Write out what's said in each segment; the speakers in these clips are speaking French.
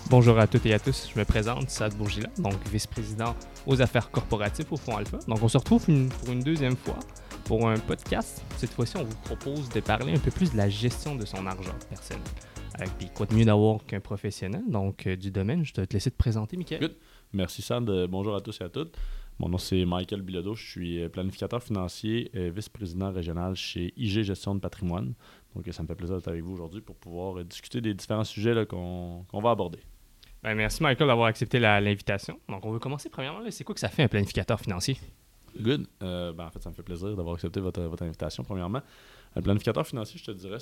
Bonjour à toutes et à tous, je me présente, Sad Bourgila, donc vice-président aux affaires corporatives au Fonds Alpha. Donc on se retrouve pour une deuxième fois pour un podcast. Cette fois-ci, on vous propose de parler un peu plus de la gestion de son argent personnel. Puis quoi de mieux d'avoir qu'un professionnel, donc du domaine. Je vais te laisser te présenter, Mickaël. Good. Merci Sad, bonjour à tous et à toutes. Mon nom c'est Michael Bilodeau, je suis planificateur financier et vice-président régional chez IG Gestion de patrimoine. Donc ça me fait plaisir d'être avec vous aujourd'hui pour pouvoir discuter des différents sujets là, qu'on va aborder. Ben, merci Michael d'avoir accepté l'invitation. Donc on veut commencer premièrement, c'est quoi que ça fait un planificateur financier? Good. En fait, ça me fait plaisir d'avoir accepté votre invitation premièrement. Un planificateur financier, je te dirais,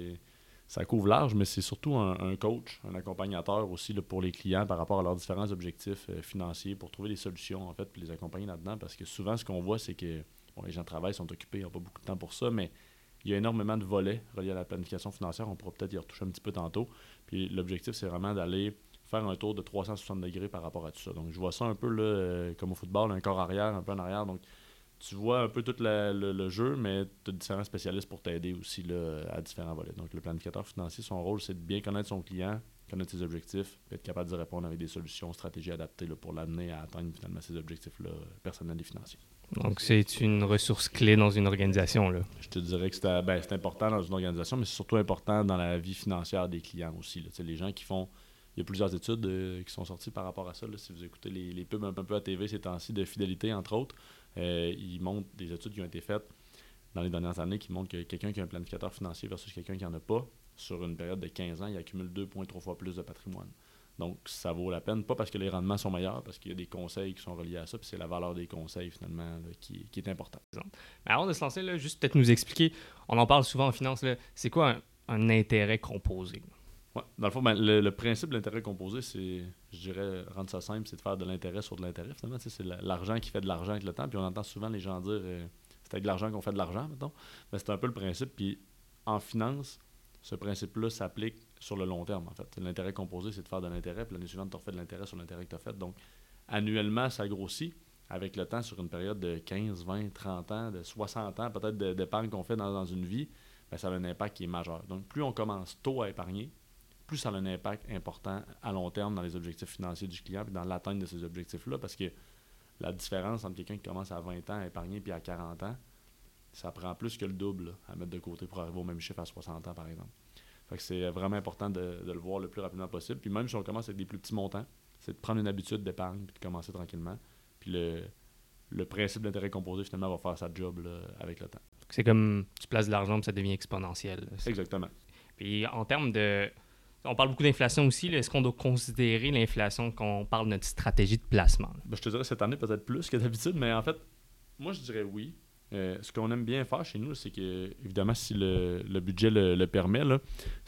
ça couvre large, mais c'est surtout un coach, un accompagnateur aussi là, pour les clients par rapport à leurs différents objectifs financiers pour trouver des solutions en fait, puis les accompagner là-dedans. Parce que souvent, ce qu'on voit, c'est que les gens travaillent, sont occupés, ils n'ont pas beaucoup de temps pour ça, mais il y a énormément de volets reliés à la planification financière. On pourra peut-être y retoucher un petit peu tantôt. Puis l'objectif, c'est vraiment d'aller faire un tour de 360 degrés par rapport à tout ça. Donc, je vois ça un peu là, comme au football, un corps arrière, un peu en arrière. Donc, tu vois un peu tout le jeu, mais tu as différents spécialistes pour t'aider aussi là, à différents volets. Donc, le planificateur financier, son rôle, c'est de bien connaître son client, connaître ses objectifs, et être capable de répondre avec des solutions, stratégies adaptées là, pour l'amener à atteindre finalement ses objectifs-là, personnels et financiers. Donc c'est une ressource clé dans une organisation, là. Je te dirais que c'est important dans une organisation, mais c'est surtout important dans la vie financière des clients aussi. Là. Les gens qui font... Il y a plusieurs études qui sont sorties par rapport à ça. Là. Si vous écoutez les pubs un peu à TV ces temps-ci de fidélité, entre autres, ils montrent des études qui ont été faites dans les dernières années qui montrent que quelqu'un qui a un planificateur financier versus quelqu'un qui n'en a pas, sur une période de 15 ans, il accumule 2,3 fois plus de patrimoine. Donc, ça vaut la peine, pas parce que les rendements sont meilleurs, parce qu'il y a des conseils qui sont reliés à ça, puis c'est la valeur des conseils, finalement, là, qui est importante. Mais avant de se lancer, là, juste peut-être nous expliquer, on en parle souvent en finance, là, c'est quoi un intérêt composé? Ouais. Dans le fond, le principe de l'intérêt composé, c'est, je dirais, rendre ça simple, c'est de faire de l'intérêt sur de l'intérêt, finalement. C'est l'argent qui fait de l'argent avec le temps, puis on entend souvent les gens dire c'est avec de l'argent qu'on fait de l'argent, mettons. Mais c'est un peu le principe, puis en finance, ce principe-là s'applique sur le long terme, en fait. L'intérêt composé, c'est de faire de l'intérêt, puis l'année suivante, tu refais de l'intérêt sur l'intérêt que tu as fait. Donc, annuellement, ça grossit avec le temps sur une période de 15, 20, 30 ans, de 60 ans, peut-être d'épargne qu'on fait dans une vie, ça a un impact qui est majeur. Donc, plus on commence tôt à épargner, plus ça a un impact important à long terme dans les objectifs financiers du client et dans l'atteinte de ces objectifs-là, parce que la différence entre quelqu'un qui commence à 20 ans à épargner puis à 40 ans, ça prend plus que le double là, à mettre de côté pour arriver au même chiffre à 60 ans, par exemple. Fait que c'est vraiment important de le voir le plus rapidement possible. Puis même si on commence avec des plus petits montants, c'est de prendre une habitude d'épargne puis de commencer tranquillement. Puis le principe d'intérêt composé, finalement, va faire sa job là, avec le temps. C'est comme tu places de l'argent puis ça devient exponentiel. Là. Exactement. Puis en termes de... On parle beaucoup d'inflation aussi. Là. Est-ce qu'on doit considérer l'inflation quand on parle de notre stratégie de placement? Je te dirais cette année peut-être plus que d'habitude, mais en fait, moi je dirais oui. Ce qu'on aime bien faire chez nous, c'est que, évidemment, si le budget le permet, là,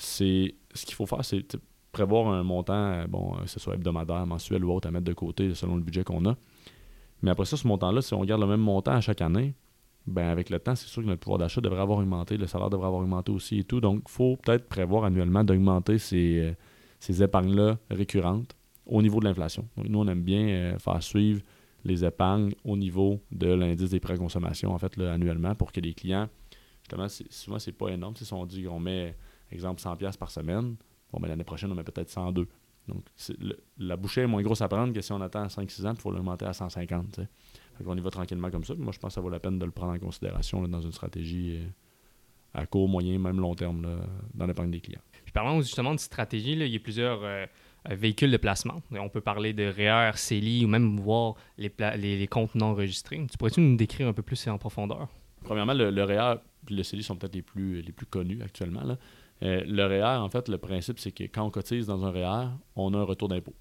ce qu'il faut faire, c'est prévoir un montant, que ce soit hebdomadaire, mensuel ou autre, à mettre de côté selon le budget qu'on a. Mais après ça, ce montant-là, si on garde le même montant à chaque année, avec le temps, c'est sûr que notre pouvoir d'achat devrait avoir augmenté, le salaire devrait avoir augmenté aussi et tout. Donc, il faut peut-être prévoir annuellement d'augmenter ces épargnes-là récurrentes au niveau de l'inflation. Donc, nous, on aime bien faire suivre les épargnes au niveau de l'indice des prêts à consommation, en fait, là, annuellement, pour que les clients, justement, souvent, c'est pas énorme. Si on dit qu'on met, exemple, 100$ par semaine, l'année prochaine, on met peut-être 102. Donc, la bouchée est moins grosse à prendre que si on attend 5-6 ans, il faut l'augmenter à 150. T'sais. Fait qu'on y va tranquillement comme ça. Moi, je pense que ça vaut la peine de le prendre en considération là, dans une stratégie à court, moyen, même long terme là, dans l'épargne des clients. Puis parlons justement de stratégie. Là, il y a plusieurs véhicules de placement. On peut parler de REER, CELI ou même voir les comptes non enregistrés. Tu pourrais-tu nous décrire un peu plus en profondeur? Premièrement, le REER et le CELI sont peut-être les plus connus actuellement. Là. Le REER, en fait, le principe, c'est que quand on cotise dans un REER, on a un retour d'impôt.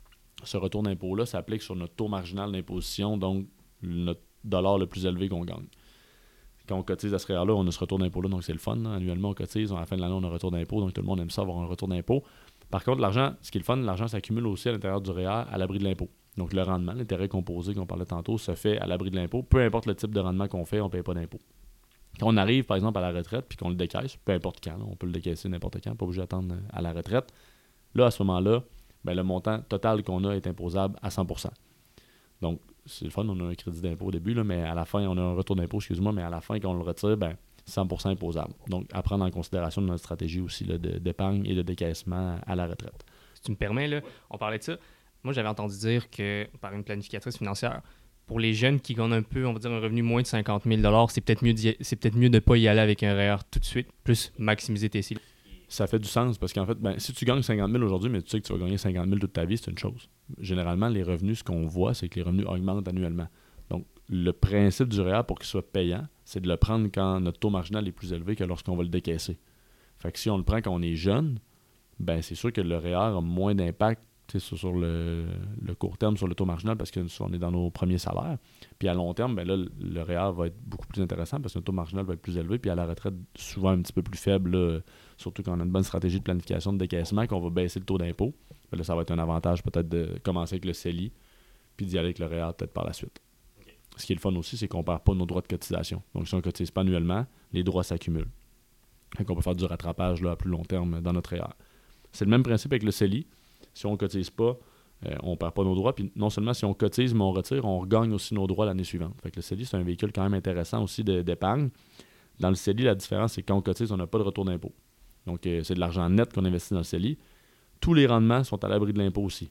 Ce retour d'impôt-là s'applique sur notre taux marginal d'imposition, donc notre dollar le plus élevé qu'on gagne. Quand on cotise à ce REER-là, on a ce retour d'impôt-là, donc c'est le fun. Là. Annuellement, on cotise, à la fin de l'année, on a un retour d'impôt, donc tout le monde aime ça avoir un retour d'impôt. Par contre, l'argent, ce qui est le fun, l'argent s'accumule aussi à l'intérieur du REER à l'abri de l'impôt. Donc le rendement, l'intérêt composé qu'on parlait tantôt, se fait à l'abri de l'impôt. Peu importe le type de rendement qu'on fait, on ne paye pas d'impôt. Quand on arrive, par exemple, à la retraite, puis qu'on le décaisse, peu importe quand, là, on peut le décaisser n'importe quand, pas obligé d'attendre à la retraite. Là, à ce moment-là, le montant total qu'on a est imposable à 100%. Donc, c'est le fun, on a un crédit d'impôt au début, là, mais à la fin, on a un retour d'impôt, mais à la fin, quand on le retire, 100% imposable. Donc, à prendre en considération de notre stratégie aussi là, d'épargne et de décaissement à la retraite. Si tu me permets, là, on parlait de ça. Moi, j'avais entendu dire que, par une planificatrice financière, pour les jeunes qui gagnent un peu, on va dire un revenu moins de 50 000 $, c'est peut-être mieux de ne pas y aller avec un REER tout de suite, plus maximiser tes cibles. Ça fait du sens parce qu'en fait, si tu gagnes 50 000 aujourd'hui, mais tu sais que tu vas gagner 50 000 toute ta vie, c'est une chose. Généralement, les revenus, ce qu'on voit, c'est que les revenus augmentent annuellement. Donc, le principe du REER pour qu'il soit payant, c'est de le prendre quand notre taux marginal est plus élevé que lorsqu'on va le décaisser. Fait que si on le prend quand on est jeune, ben c'est sûr que le REER a moins d'impact sur le court terme, sur le taux marginal, parce qu'on est dans nos premiers salaires. Puis à long terme, ben là, le REER va être beaucoup plus intéressant parce que le taux marginal va être plus élevé, puis à la retraite, souvent un petit peu plus faible, là, surtout quand on a une bonne stratégie de planification de décaissement, qu'on va baisser le taux d'impôt. Ben là, ça va être un avantage peut-être de commencer avec le CELI, puis d'y aller avec le REER peut-être par la suite. Okay. Ce qui est le fun aussi, c'est qu'on ne perd pas nos droits de cotisation. Donc si on ne cotise pas annuellement, les droits s'accumulent. Fait qu'on peut faire du rattrapage là, à plus long terme dans notre REER. C'est le même principe avec le CELI. Si on ne cotise pas, on ne perd pas nos droits. Puis non seulement si on cotise, mais on retire, on regagne aussi nos droits l'année suivante. Fait que le CELI, c'est un véhicule quand même intéressant aussi d'épargne. Dans le CELI, la différence, c'est que quand on cotise, on n'a pas de retour d'impôt. Donc, c'est de l'argent net qu'on investit dans le CELI. Tous les rendements sont à l'abri de l'impôt aussi.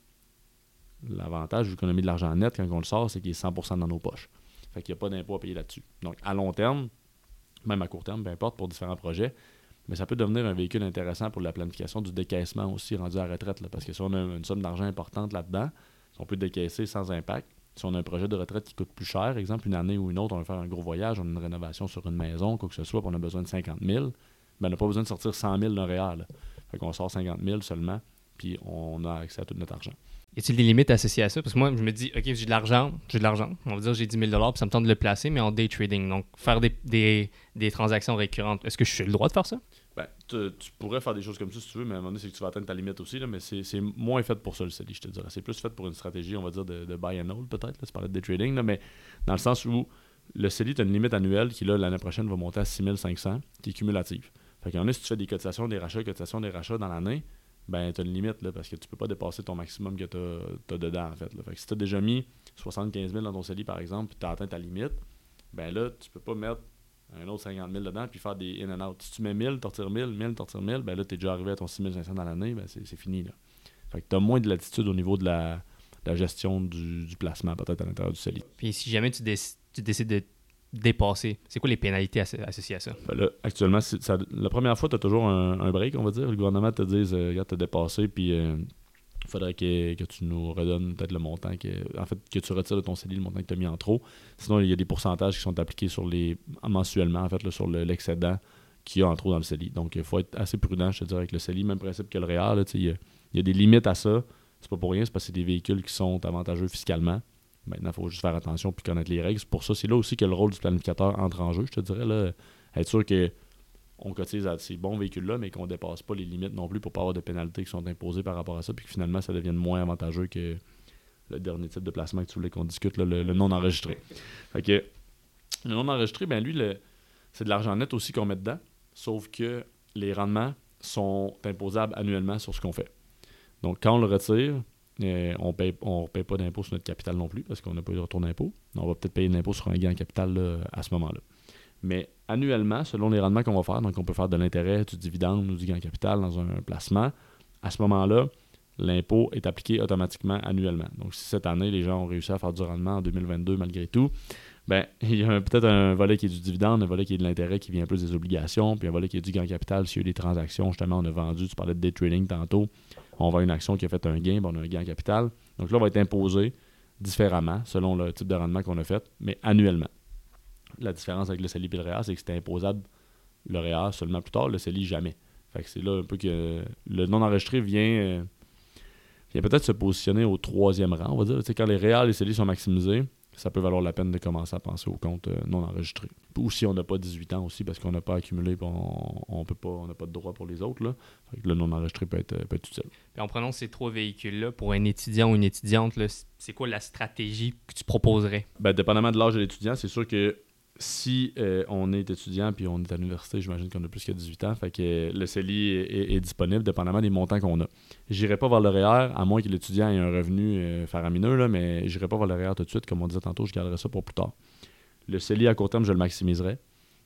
L'avantage, vu qu'on a mis de l'argent net quand on le sort, c'est qu'il est 100% dans nos poches. Fait qu'il n'y a pas d'impôt à payer là-dessus. Donc, à long terme, même à court terme, peu importe, pour différents projets, mais ça peut devenir un véhicule intéressant pour la planification du décaissement aussi rendu à la retraite. Là, parce que si on a une somme d'argent importante là-dedans, on peut décaisser sans impact. Si on a un projet de retraite qui coûte plus cher, exemple, une année ou une autre, on va faire un gros voyage, on a une rénovation sur une maison, quoi que ce soit, puis on a besoin de 50 000, ben on n'a pas besoin de sortir 100 000 d'un REER. Là. Fait qu'on sort 50 000 seulement, puis on a accès à tout notre argent. Y a-t-il des limites associées à ça? Parce que moi, je me dis, OK, j'ai de l'argent. On va dire j'ai 10 000 $, puis ça me tente de le placer, mais en day trading. Donc, faire des transactions récurrentes. Est-ce que je suis le droit de faire ça? Ben, tu pourrais faire des choses comme ça si tu veux, mais à un moment donné, c'est que tu vas atteindre ta limite aussi. Là, mais c'est moins fait pour ça, le CELI, je te dirais. C'est plus fait pour une stratégie, on va dire, de buy and hold, peut-être. Là, tu parlais de day trading, là, mais dans le sens où le CELI, tu as une limite annuelle qui, là, l'année prochaine, va monter à 6 500, qui est cumulative. Fait qu'en si tu fais des cotisations, des rachats dans l'année, ben tu as une limite, là, parce que tu peux pas dépasser ton maximum que tu as dedans, en fait. Là. Fait que si tu as déjà mis 75 000 dans ton CELI, par exemple, puis tu as atteint ta limite, ben là, tu peux pas mettre un autre 50 000 dedans puis faire des in and out. Si tu mets 1000, tu retires 1000, 1000, tu retires 1000, ben là, tu es déjà arrivé à ton 6 500 dans l'année, ben c'est fini, là. Fait que tu as moins de latitude au niveau de la gestion du placement, peut-être, à l'intérieur du CELI. Puis si jamais tu décides de dépasser, c'est quoi les pénalités associées à ça? Ben là, actuellement, la première fois, tu as toujours un break, on va dire. Le gouvernement te dit, regarde, tu as dépassé, puis il faudrait que tu nous redonnes peut-être le montant, que tu retires de ton CELI le montant que tu as mis en trop. Sinon, il y a des pourcentages qui sont appliqués mensuellement, en fait, là, sur l'excédent qu'il y a en trop dans le CELI. Donc, il faut être assez prudent, je te dirais, avec le CELI. Même principe que le REER, il y a des limites à ça. C'est pas pour rien, c'est parce que c'est des véhicules qui sont avantageux fiscalement. Maintenant, il faut juste faire attention puis connaître les règles. C'est pour ça, c'est là aussi que le rôle du planificateur entre en jeu, je te dirais. Là, être sûr qu'on cotise à ces bons véhicules-là, mais qu'on ne dépasse pas les limites non plus pour ne pas avoir de pénalités qui sont imposées par rapport à ça, puis que finalement, ça devienne moins avantageux que le dernier type de placement que tu voulais qu'on discute, là, le non-enregistré. Fait que le non-enregistré, ben lui, c'est de l'argent net aussi qu'on met dedans, sauf que les rendements sont imposables annuellement sur ce qu'on fait. Donc, quand on le retire, on ne paye pas d'impôt sur notre capital non plus parce qu'on n'a pas eu de retour d'impôt. On va peut-être payer de l'impôt sur un gain en capital là, à ce moment-là. Mais annuellement, selon les rendements qu'on va faire, donc on peut faire de l'intérêt, du dividende ou du gain en capital dans un placement, à ce moment-là, l'impôt est appliqué automatiquement annuellement. Donc si cette année, les gens ont réussi à faire du rendement en 2022 malgré tout, ben il y a peut-être un volet qui est du dividende, un volet qui est de l'intérêt qui vient plus des obligations, puis un volet qui est du gain en capital s'il y a eu des transactions, justement on a vendu, tu parlais de day trading tantôt, on vend une action qui a fait un gain, ben on a un gain en capital. Donc là, on va être imposé différemment selon le type de rendement qu'on a fait, mais annuellement. La différence avec le CELI et le REER, c'est que c'était imposable le REER seulement plus tard, le CELI jamais. Fait que c'est là un peu que le non-enregistré vient peut-être se positionner au 3e rang, on va dire. Tu sais, quand les REER et les CELI sont maximisés, ça peut valoir la peine de commencer à penser au compte non enregistré. Ou si on n'a pas 18 ans aussi, parce qu'on n'a pas accumulé et on n'a pas de droit pour les autres. Là. Fait que le non enregistré peut être utile. Puis en prenant ces 3 véhicules-là, pour un étudiant ou une étudiante, là, c'est quoi la stratégie que tu proposerais? Ben, dépendamment de l'âge de l'étudiant, c'est sûr que si on est étudiant puis on est à l'université, j'imagine qu'on a plus que 18 ans, fait que le CELI est disponible dépendamment des montants qu'on a. J'irai pas vers le REER, à moins que l'étudiant ait un revenu faramineux, là, mais j'irai pas vers le REER tout de suite, comme on disait tantôt, je garderai ça pour plus tard. Le CELI à court terme, je le maximiserai.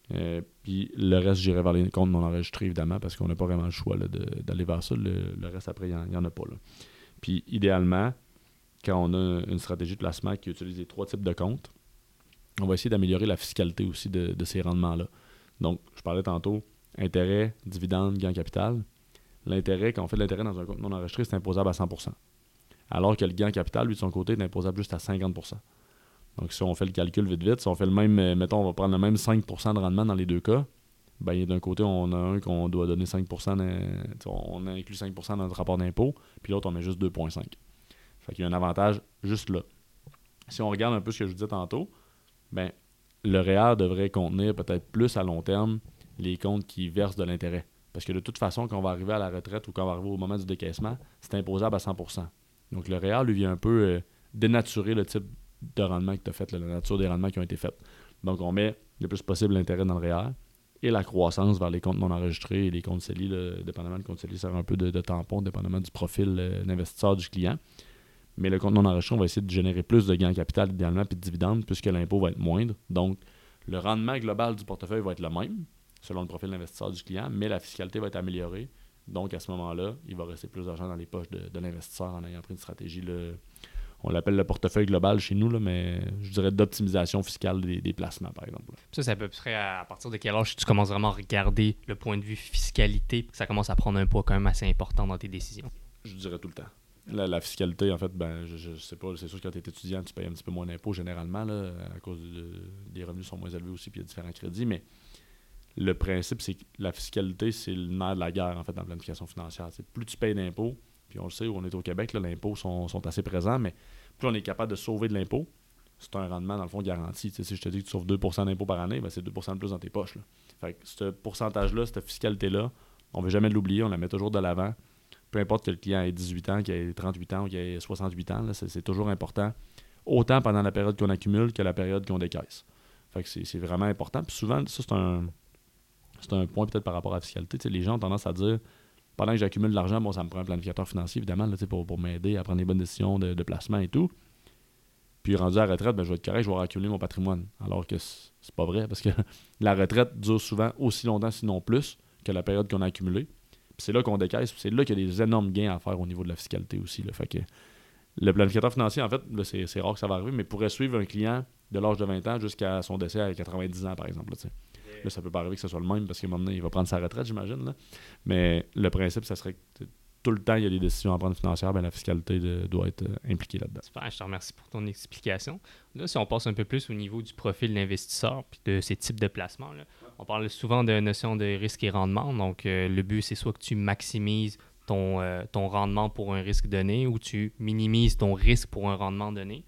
Puis le reste, j'irai vers les comptes non enregistrés, évidemment, parce qu'on n'a pas vraiment le choix là, d'aller vers ça. Le reste, après, il n'y en a pas. Là. Puis idéalement, quand on a une stratégie de placement qui utilise les 3 types de comptes, on va essayer d'améliorer la fiscalité aussi de ces rendements-là. Donc, je parlais tantôt, intérêt, dividende, gain capital. L'intérêt, quand on fait de l'intérêt dans un compte non enregistré, c'est imposable à 100%. Alors que le gain capital, lui, de son côté, est imposable juste à 50%. Donc, si on fait le calcul vite, si on fait le même, mettons, on va prendre le même 5% de rendement dans les 2 cas, ben d'un côté, on a un qu'on doit donner 5%, on inclut 5% dans notre rapport d'impôt, puis l'autre, on met juste 2,5%. Fait qu'il y a un avantage juste là. Si on regarde un peu ce que je vous disais tantôt, ben le REER devrait contenir peut-être plus à long terme les comptes qui versent de l'intérêt. Parce que de toute façon, quand on va arriver à la retraite ou quand on va arriver au moment du décaissement, c'est imposable à 100%. Donc le REER, lui, vient un peu dénaturer le type de rendement que tu as fait, la nature des rendements qui ont été faits. Donc on met le plus possible l'intérêt dans le REER et la croissance vers les comptes non enregistrés et les comptes CELI, dépendamment du compte CELI, ça sert un peu de tampon, dépendamment du profil d'investisseur du client. Mais le compte non enregistré, on va essayer de générer plus de gains capital idéalement puis de dividendes puisque l'impôt va être moindre. Donc, le rendement global du portefeuille va être le même selon le profil d'investisseur du client, mais la fiscalité va être améliorée. Donc, à ce moment-là, il va rester plus d'argent dans les poches de l'investisseur en ayant pris une stratégie, on l'appelle le portefeuille global chez nous, là, mais je dirais d'optimisation fiscale des placements, par exemple. Ça, c'est à peu près à partir de quel âge tu commences vraiment à regarder le point de vue fiscalité, que ça commence à prendre un poids quand même assez important dans tes décisions? Je dirais tout le temps. La fiscalité, en fait, ben je sais pas, c'est sûr que quand tu es étudiant, tu payes un petit peu moins d'impôts généralement, là, à cause des revenus sont moins élevés aussi, puis il y a différents crédits, mais le principe, c'est que la fiscalité, c'est le nerf de la guerre, en fait, dans la planification financière. C'est plus tu payes d'impôts, puis on le sait, on est au Québec, là, les impôts sont assez présents, mais plus on est capable de sauver de l'impôt, c'est un rendement, dans le fond, garanti. Si je te dis que tu sauves 2% d'impôts par année, ben c'est 2% de plus dans tes poches. Là. Fait que ce pourcentage-là, cette fiscalité-là, on ne veut jamais l'oublier, on la met toujours de l'avant. Peu importe que le client ait 18 ans, qu'il ait 38 ans ou qu'il ait 68 ans, là, c'est toujours important. Autant pendant la période qu'on accumule que la période qu'on décaisse. Fait que c'est vraiment important. Puis souvent, ça, c'est un point peut-être par rapport à la fiscalité. T'sais, les gens ont tendance à dire, pendant que j'accumule de l'argent, bon, ça me prend un planificateur financier, évidemment, là, pour m'aider à prendre les bonnes décisions de placement et tout. Puis rendu à la retraite, ben, je vais être correct, je vais accumuler mon patrimoine. Alors que c'est pas vrai, parce que la retraite dure souvent aussi longtemps, sinon plus, que la période qu'on a accumulée. Puis c'est là qu'on décaisse, puis c'est là qu'il y a des énormes gains à faire au niveau de la fiscalité aussi. Là. Fait que le planificateur financier, en fait, là, c'est rare que ça va arriver, mais pourrait suivre un client de l'âge de 20 ans jusqu'à son décès à 90 ans, par exemple. Là, ça peut pas arriver que ce soit le même, parce qu'à un moment donné, il va prendre sa retraite, j'imagine. Là. Mais le principe, ça serait que tout le temps, il y a des décisions à prendre financières, ben, la fiscalité doit être impliquée là-dedans. Super, je te remercie pour ton explication. Là, si on passe un peu plus au niveau du profil d'investisseur puis de ces types de placements, là, on parle souvent de notion de risque et rendement. Donc, le but, c'est soit que tu maximises ton rendement pour un risque donné ou tu minimises ton risque pour un rendement donné.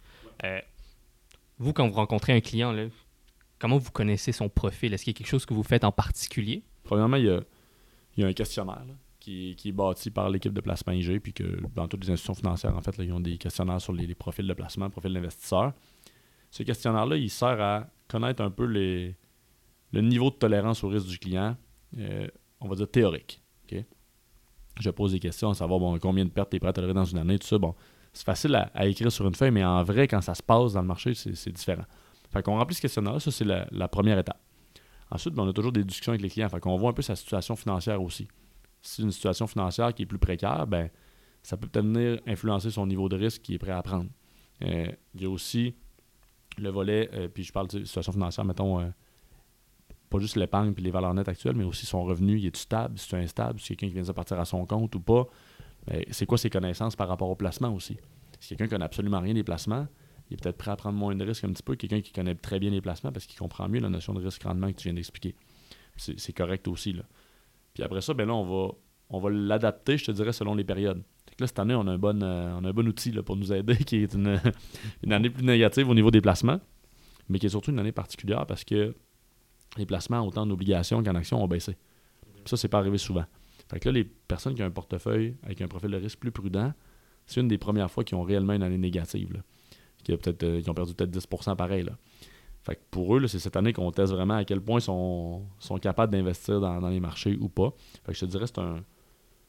Vous, quand vous rencontrez un client, là, comment vous connaissez son profil? Est-ce qu'il y a quelque chose que vous faites en particulier? Premièrement, il y a un questionnaire là, qui est bâti par l'équipe de placement IG, puis que dans toutes les institutions financières, en fait, là, ils ont des questionnaires sur les profils de placement, profils d'investisseurs. Ce questionnaire-là, il sert à connaître un peu le niveau de tolérance au risque du client, on va dire théorique. Okay? Je pose des questions à savoir combien de pertes tu es prêt à tolérer dans une année, tout ça. Bon, c'est facile à écrire sur une feuille, mais en vrai, quand ça se passe dans le marché, c'est différent. Fait qu'on remplit ce questionnaire-là, ça, c'est la première étape. Ensuite, on a toujours des discussions avec les clients. Fait qu'on voit un peu sa situation financière aussi. Si c'est une situation financière qui est plus précaire, ben ça peut peut-être venir influencer son niveau de risque qu'il est prêt à prendre. Il y a aussi le volet, puis je parle de situation financière, mettons, pas juste l'épargne et les valeurs nettes actuelles, mais aussi son revenu, il est stable, si c'est instable, si c'est quelqu'un qui vient de partir à son compte ou pas. Ben, c'est quoi ses connaissances par rapport au placement aussi? Si quelqu'un qui connaît absolument rien des placements, il est peut-être prêt à prendre moins de risques un petit peu que quelqu'un qui connaît très bien les placements parce qu'il comprend mieux la notion de risque-rendement que tu viens d'expliquer. C'est correct aussi, là. Puis après ça, ben là, on va l'adapter, je te dirais, selon les périodes. Fait que là, cette année, on a un bon outil là, pour nous aider, qui est une année plus négative au niveau des placements, mais qui est surtout une année particulière parce que les placements, autant en obligations qu'en actions, ont baissé. Puis ça, c'est pas arrivé souvent. Fait que là, les personnes qui ont un portefeuille avec un profil de risque plus prudent, c'est une des premières fois qu'ils ont réellement une année négative. Là. Qui ont perdu peut-être 10% pareil. Là. Fait que pour eux, là, c'est cette année qu'on teste vraiment à quel point ils sont capables d'investir dans les marchés ou pas. Fait que je te dirais c'est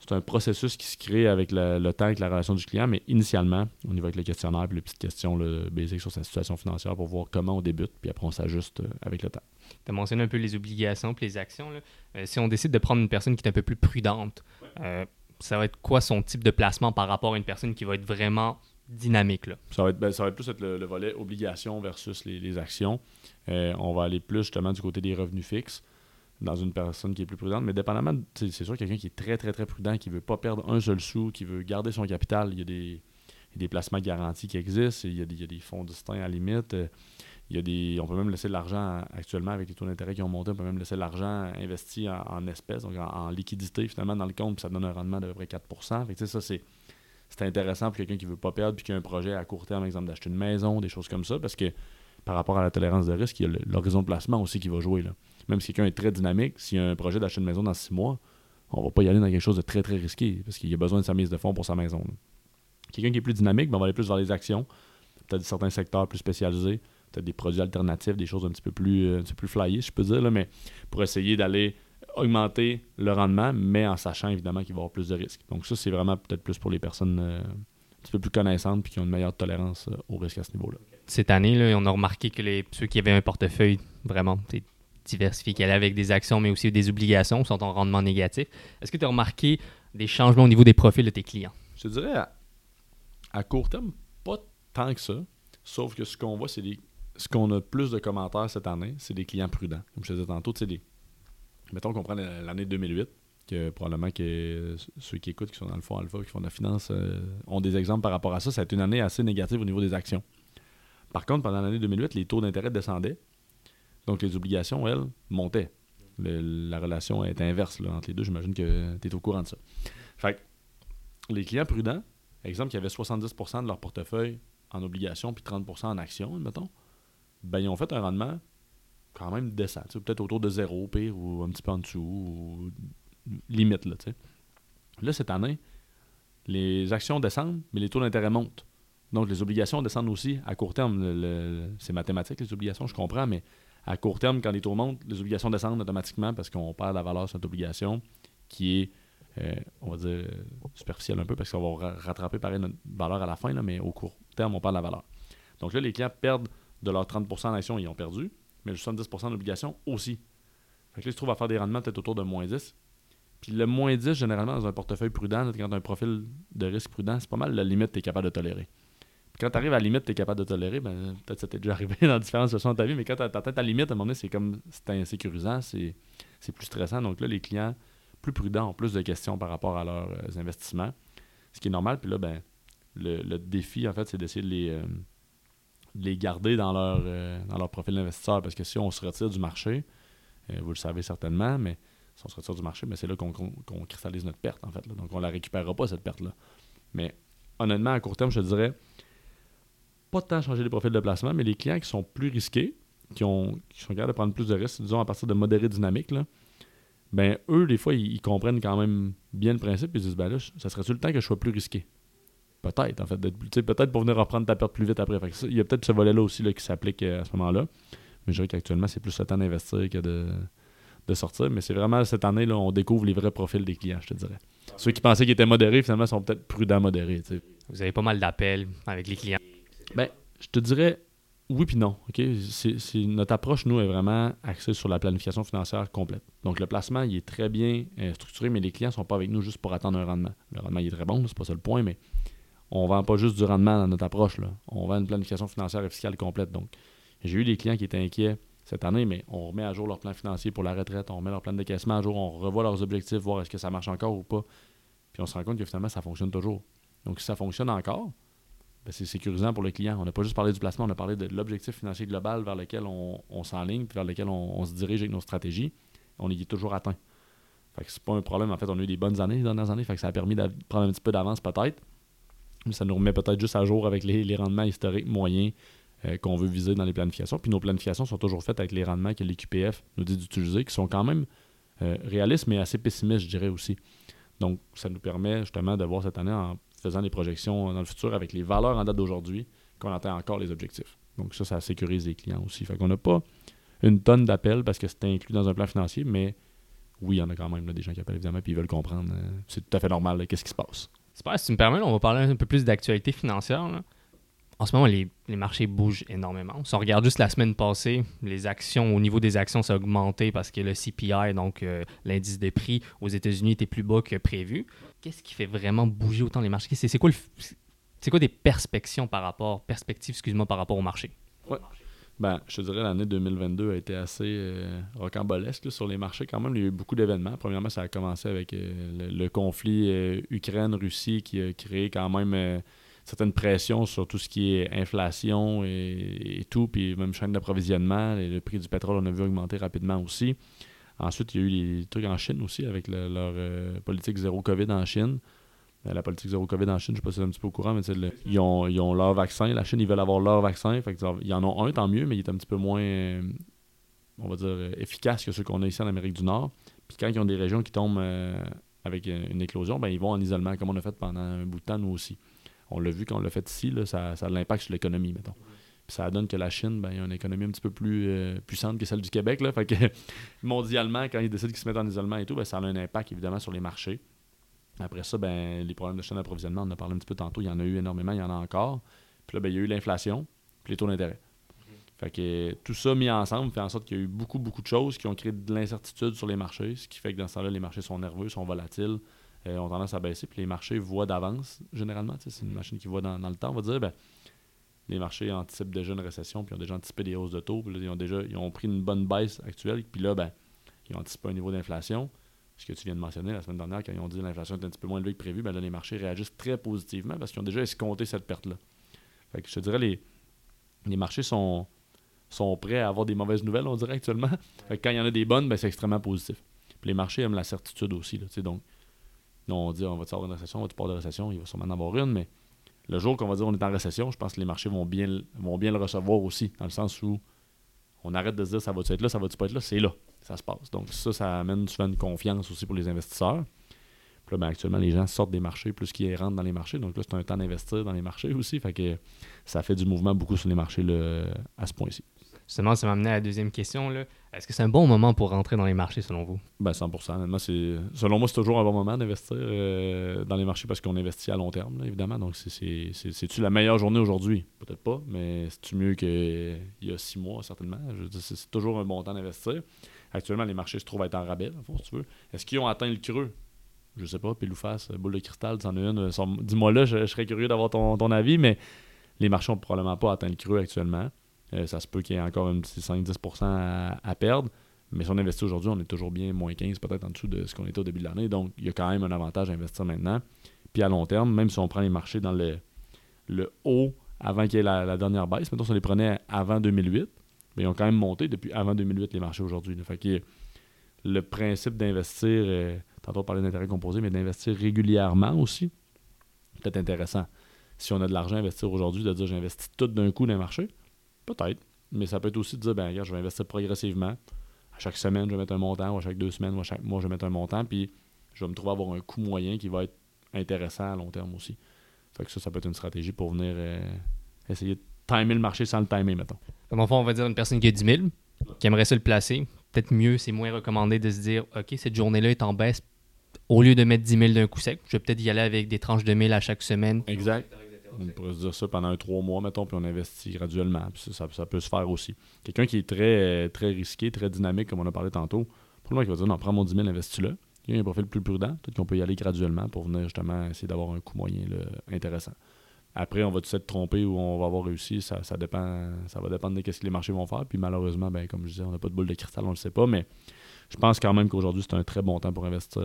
c'est un processus qui se crée avec le temps, avec la relation du client, mais initialement, on y va avec le questionnaire puis les petites questions basiques sur sa situation financière pour voir comment on débute, puis après on s'ajuste avec le temps. Tu as mentionné un peu les obligations et les actions. Là. Si on décide de prendre une personne qui est un peu plus prudente, ça va être quoi son type de placement par rapport à une personne qui va être vraiment dynamique? Là? Ça va être plus être le volet obligations versus les actions. On va aller plus justement du côté des revenus fixes dans une personne qui est plus prudente, mais dépendamment, c'est sûr quelqu'un qui est très, très, très prudent, qui ne veut pas perdre un seul sou, qui veut garder son capital, il y a des placements garantis qui existent, il y a des fonds distincts à la limite, on peut même laisser de l'argent, actuellement avec les taux d'intérêt qui ont monté, on peut même laisser de l'argent investi en espèces, donc en liquidité finalement dans le compte, puis ça donne un rendement d'à peu près 4%. Fait que ça, c'est intéressant pour quelqu'un qui ne veut pas perdre, puis qui a un projet à court terme, exemple d'acheter une maison, des choses comme ça, parce que par rapport à la tolérance de risque, il y a l'horizon de placement aussi qui va jouer. Là. Même si quelqu'un est très dynamique, s'il y a un projet d'acheter une maison dans 6 mois, on ne va pas y aller dans quelque chose de très, très risqué parce qu'il a besoin de sa mise de fonds pour sa maison. Là. Quelqu'un qui est plus dynamique, on va aller plus vers les actions, peut-être certains secteurs plus spécialisés, peut-être des produits alternatifs, des choses un petit peu plus flyées, si je peux dire, là, mais pour essayer d'aller augmenter le rendement, mais en sachant évidemment qu'il va y avoir plus de risques. Donc ça, c'est vraiment peut-être plus pour les personnes un petit peu plus connaissantes et qui ont une meilleure tolérance au risque à ce niveau-là. Cette année, là, on a remarqué que ceux qui avaient un portefeuille vraiment diversifié, qui allaient avec des actions, mais aussi des obligations, sont en rendement négatif. Est-ce que tu as remarqué des changements au niveau des profils de tes clients? Je te dirais, à court terme, pas tant que ça. Sauf que ce qu'on voit, c'est ce qu'on a plus de commentaires cette année, c'est des clients prudents. Comme je te disais tantôt, mettons qu'on prend l'année 2008, que probablement que ceux qui écoutent, qui sont dans le fonds Alpha, qui font de la finance, ont des exemples par rapport à ça. Ça a été une année assez négative au niveau des actions. Par contre, pendant l'année 2008, les taux d'intérêt descendaient. Donc, les obligations, elles, montaient. La relation est inverse là, entre les deux. J'imagine que tu es au courant de ça. Fait que les clients prudents, exemple, qui avaient 70% de leur portefeuille en obligations puis 30% en actions, admettons, ben, ils ont fait un rendement quand même décent. Peut-être autour de 0, pire, ou un petit peu en dessous, ou limite. Là, cette année, les actions descendent, mais les taux d'intérêt montent. Donc, les obligations descendent aussi à court terme. C'est mathématique, les obligations, je comprends, mais à court terme, quand les taux montent, les obligations descendent automatiquement parce qu'on perd la valeur sur cette obligation qui est, on va dire, superficielle un peu parce qu'on va rattraper pareil notre valeur à la fin, là, mais au court terme, on perd la valeur. Donc là, les clients perdent de leurs 30% en actions, ils ont perdu, mais le 70% d'obligations aussi. Fait que là, ils se trouvent à faire des rendements peut-être autour de moins 10. Puis le moins 10, généralement, dans un portefeuille prudent, quand tu as un profil de risque prudent, c'est pas mal la limite que tu es capable de tolérer. Puis quand tu arrives à la limite que tu es capable de tolérer, ben, peut-être ça t'est déjà arrivé dans différentes situations de ta vie, mais quand tu atteins ta limite, à un moment donné, c'est insécurisant, c'est plus stressant. Donc là, les clients plus prudents ont plus de questions par rapport à leurs investissements, ce qui est normal. Puis là, ben, le défi, en fait, c'est d'essayer de les garder dans leur profil d'investisseur, parce que si on se retire du marché, vous le savez certainement, mais si on se retire du marché, ben c'est là qu'on cristallise notre perte, en fait. Là. Donc, on ne la récupérera pas, cette perte-là. Mais honnêtement, à court terme, je te dirais, pas de temps à changer les profils de placement, mais les clients qui sont plus risqués, qui sont capables de prendre plus de risques, disons à partir de modérés dynamiques, là, ben eux, des fois, ils comprennent quand même bien le principe et ils disent, ben là, ça serait-tu le temps que je sois plus risqué? Peut-être, en fait. Peut-être pour venir reprendre ta perte plus vite après. Fait que ça, il y a peut-être ce volet-là aussi là, qui s'applique à ce moment-là. Mais je dirais qu'actuellement, c'est plus le temps d'investir que de sortir. Mais c'est vraiment cette année, là, on découvre les vrais profils des clients, je te dirais. Ceux qui pensaient qu'ils étaient modérés, finalement, sont peut-être prudents modérés. T'sais. Vous avez pas mal d'appels avec les clients. Ben, je te dirais oui puis non. Okay? Notre approche, nous, est vraiment axée sur la planification financière complète. Donc, le placement, il est très bien structuré, mais les clients ne sont pas avec nous juste pour attendre un rendement. Le rendement, il est très bon, c'est pas ça le point, mais on ne vend pas juste du rendement dans notre approche. Là. On vend une planification financière et fiscale complète. Donc, j'ai eu des clients qui étaient inquiets cette année, mais on remet à jour leur plan financier pour la retraite, on remet leur plan de décaissement à jour, on revoit leurs objectifs, voir est-ce que ça marche encore ou pas. Puis on se rend compte que finalement, ça fonctionne toujours. Donc, si ça fonctionne encore, ben c'est sécurisant pour le client. On n'a pas juste parlé du placement, on a parlé de l'objectif financier global vers lequel on s'enligne, puis vers lequel on se dirige avec nos stratégies. On y est toujours atteint. Fait que c'est pas un problème. En fait, on a eu des bonnes années les dernières années, fait que ça a permis de prendre un petit peu d'avance peut-être. Mais ça nous remet peut-être juste à jour avec les rendements historiques moyens qu'on veut viser dans les planifications. Puis nos planifications sont toujours faites avec les rendements que l'IQPF nous dit d'utiliser, qui sont quand même réalistes, mais assez pessimistes, je dirais aussi. Donc, ça nous permet justement de voir cette année en faisant des projections dans le futur avec les valeurs en date d'aujourd'hui qu'on atteint encore les objectifs. Donc ça sécurise les clients aussi. Fait qu'on n'a pas une tonne d'appels parce que c'est inclus dans un plan financier, mais oui, il y en a quand même là, des gens qui appellent évidemment puis ils veulent comprendre. C'est tout à fait normal, là, qu'est-ce qui se passe. Super, si tu me permets, là, on va parler un peu plus d'actualité financière. Là. En ce moment, les marchés bougent énormément. Si on regarde juste la semaine passée, les actions, au niveau des actions, ça a augmenté parce que le CPI, donc l'indice de prix aux États-Unis, était plus bas que prévu. Qu'est-ce qui fait vraiment bouger autant les marchés? C'est quoi, c'est quoi des perspectives par rapport au marché? Ouais. Ben, je te dirais l'année 2022 a été assez rocambolesque là, sur les marchés quand même. Il y a eu beaucoup d'événements. Premièrement, ça a commencé avec le conflit Ukraine-Russie qui a créé quand même certaines pressions sur tout ce qui est inflation et tout, puis même chaîne d'approvisionnement. Le prix du pétrole, on a vu augmenter rapidement aussi. Ensuite, il y a eu des trucs en Chine aussi avec leur politique zéro COVID en Chine. La politique zéro COVID en Chine, je ne sais pas si c'est un petit peu au courant, mais ils ont leur vaccin. La Chine, ils veulent avoir leur vaccin. Fait que, ils en ont un, tant mieux, mais il est un petit peu moins, on va dire, efficace que ceux qu'on a ici en Amérique du Nord. Puis quand ils ont des régions qui tombent avec une éclosion, ben, ils vont en isolement, comme on a fait pendant un bout de temps, nous aussi. On l'a vu quand on l'a fait ici, là, ça a de l'impact sur l'économie, mettons. Puis ça donne que la Chine, ben, il y a une économie un petit peu plus puissante que celle du Québec. Là. Fait que mondialement, quand ils décident qu'ils se mettent en isolement et tout, ben, ça a un impact évidemment sur les marchés. Après ça, ben, les problèmes de chaîne d'approvisionnement, on en a parlé un petit peu tantôt, il y en a eu énormément, il y en a encore. Puis là, ben, il y a eu l'inflation, puis les taux d'intérêt. Fait que tout ça mis ensemble fait en sorte qu'il y a eu beaucoup, beaucoup de choses qui ont créé de l'incertitude sur les marchés, ce qui fait que dans ce temps-là, les marchés sont nerveux, sont volatiles, ont tendance à baisser, puis les marchés voient d'avance, généralement. C'est une machine qui voit dans le temps, on va dire, ben, les marchés anticipent déjà une récession, puis ils ont déjà anticipé des hausses de taux, puis là, ils ont pris une bonne baisse actuelle, puis là, ben, ils ont anticipé un niveau d'inflation. Ce que tu viens de mentionner la semaine dernière, quand ils ont dit que l'inflation est un petit peu moins élevée que prévu, ben là, les marchés réagissent très positivement parce qu'ils ont déjà escompté cette perte-là. Fait que je te dirais, les marchés sont prêts à avoir des mauvaises nouvelles, on dirait actuellement. Fait que quand il y en a des bonnes, ben, c'est extrêmement positif. Puis les marchés aiment la certitude aussi. Là, donc, on dit on va avoir une récession, on va-tu parler de récession, il va sûrement en avoir une, mais le jour qu'on va dire on est en récession, je pense que les marchés vont bien le recevoir aussi, dans le sens où on arrête de se dire ça va-tu être là, ça va-tu pas être là, c'est là. Ça se passe. Donc ça amène souvent une confiance aussi pour les investisseurs. Puis là, ben, actuellement, les gens sortent des marchés plus qu'ils rentrent dans les marchés. Donc là, c'est un temps d'investir dans les marchés aussi. Fait que ça fait du mouvement beaucoup sur les marchés là, à ce point-ci. Justement, ça m'amenait à la deuxième question. Là. Est-ce que c'est un bon moment pour rentrer dans les marchés selon vous? Ben 100%. Honnêtement, selon moi, c'est toujours un bon moment d'investir dans les marchés parce qu'on investit à long terme, là, évidemment. Donc, c'est-tu la meilleure journée aujourd'hui? Peut-être pas, mais c'est-tu mieux qu'il y a 6 mois, certainement? Je veux dire, c'est toujours un bon temps d'investir. Actuellement, les marchés se trouvent à être en rabais, en fond, si tu veux. Est-ce qu'ils ont atteint le creux? Je sais pas, pile ou face, boule de cristal, tu en as une. Dis-moi là, je serais curieux d'avoir ton avis, mais les marchés n'ont probablement pas atteint le creux actuellement. Ça se peut qu'il y ait encore un petit 5-10% à perdre, mais si on investit aujourd'hui, on est toujours bien moins 15, peut-être en dessous de ce qu'on était au début de l'année. Donc, il y a quand même un avantage à investir maintenant. Puis à long terme, même si on prend les marchés dans le haut avant qu'il y ait la dernière baisse, mettons si on les prenait avant 2008, mais ils ont quand même monté depuis avant 2008 les marchés aujourd'hui. Fait que le principe d'investir, tantôt on parlait d'intérêt composé, mais d'investir régulièrement aussi, peut-être intéressant. Si on a de l'argent à investir aujourd'hui, de dire j'investis tout d'un coup dans les marchés, peut-être. Mais ça peut être aussi de dire, ben regarde, je vais investir progressivement. À chaque semaine, je vais mettre un montant, ou à chaque 2 semaines, ou à chaque mois, je vais mettre un montant, puis je vais me trouver à avoir un coût moyen qui va être intéressant à long terme aussi. Fait que ça peut être une stratégie pour venir essayer de timer le marché sans le timer, mettons. Comme en fond, on va dire une personne qui a 10 000, qui aimerait se le placer, peut-être mieux, c'est moins recommandé de se dire, OK, cette journée-là est en baisse, au lieu de mettre 10 000 d'un coup sec, je vais peut-être y aller avec des tranches de 1000 à chaque semaine. Exact. On pourrait se dire ça pendant 3 mois, mettons, puis on investit graduellement. Puis ça peut se faire aussi. Quelqu'un qui est très, très risqué, très dynamique, comme on a parlé tantôt, pour le moment, qui va dire, non, prends mon 10 000, investis-le. Il y a un profil plus prudent. Peut-être qu'on peut y aller graduellement pour venir justement essayer d'avoir un coût moyen là, intéressant. Après, on va tous être trompé ou on va avoir réussi. Ça dépend. Ça va dépendre de ce que les marchés vont faire. Puis malheureusement, ben, comme je disais, on n'a pas de boule de cristal, on ne le sait pas. Mais je pense quand même qu'aujourd'hui, c'est un très bon temps pour investir.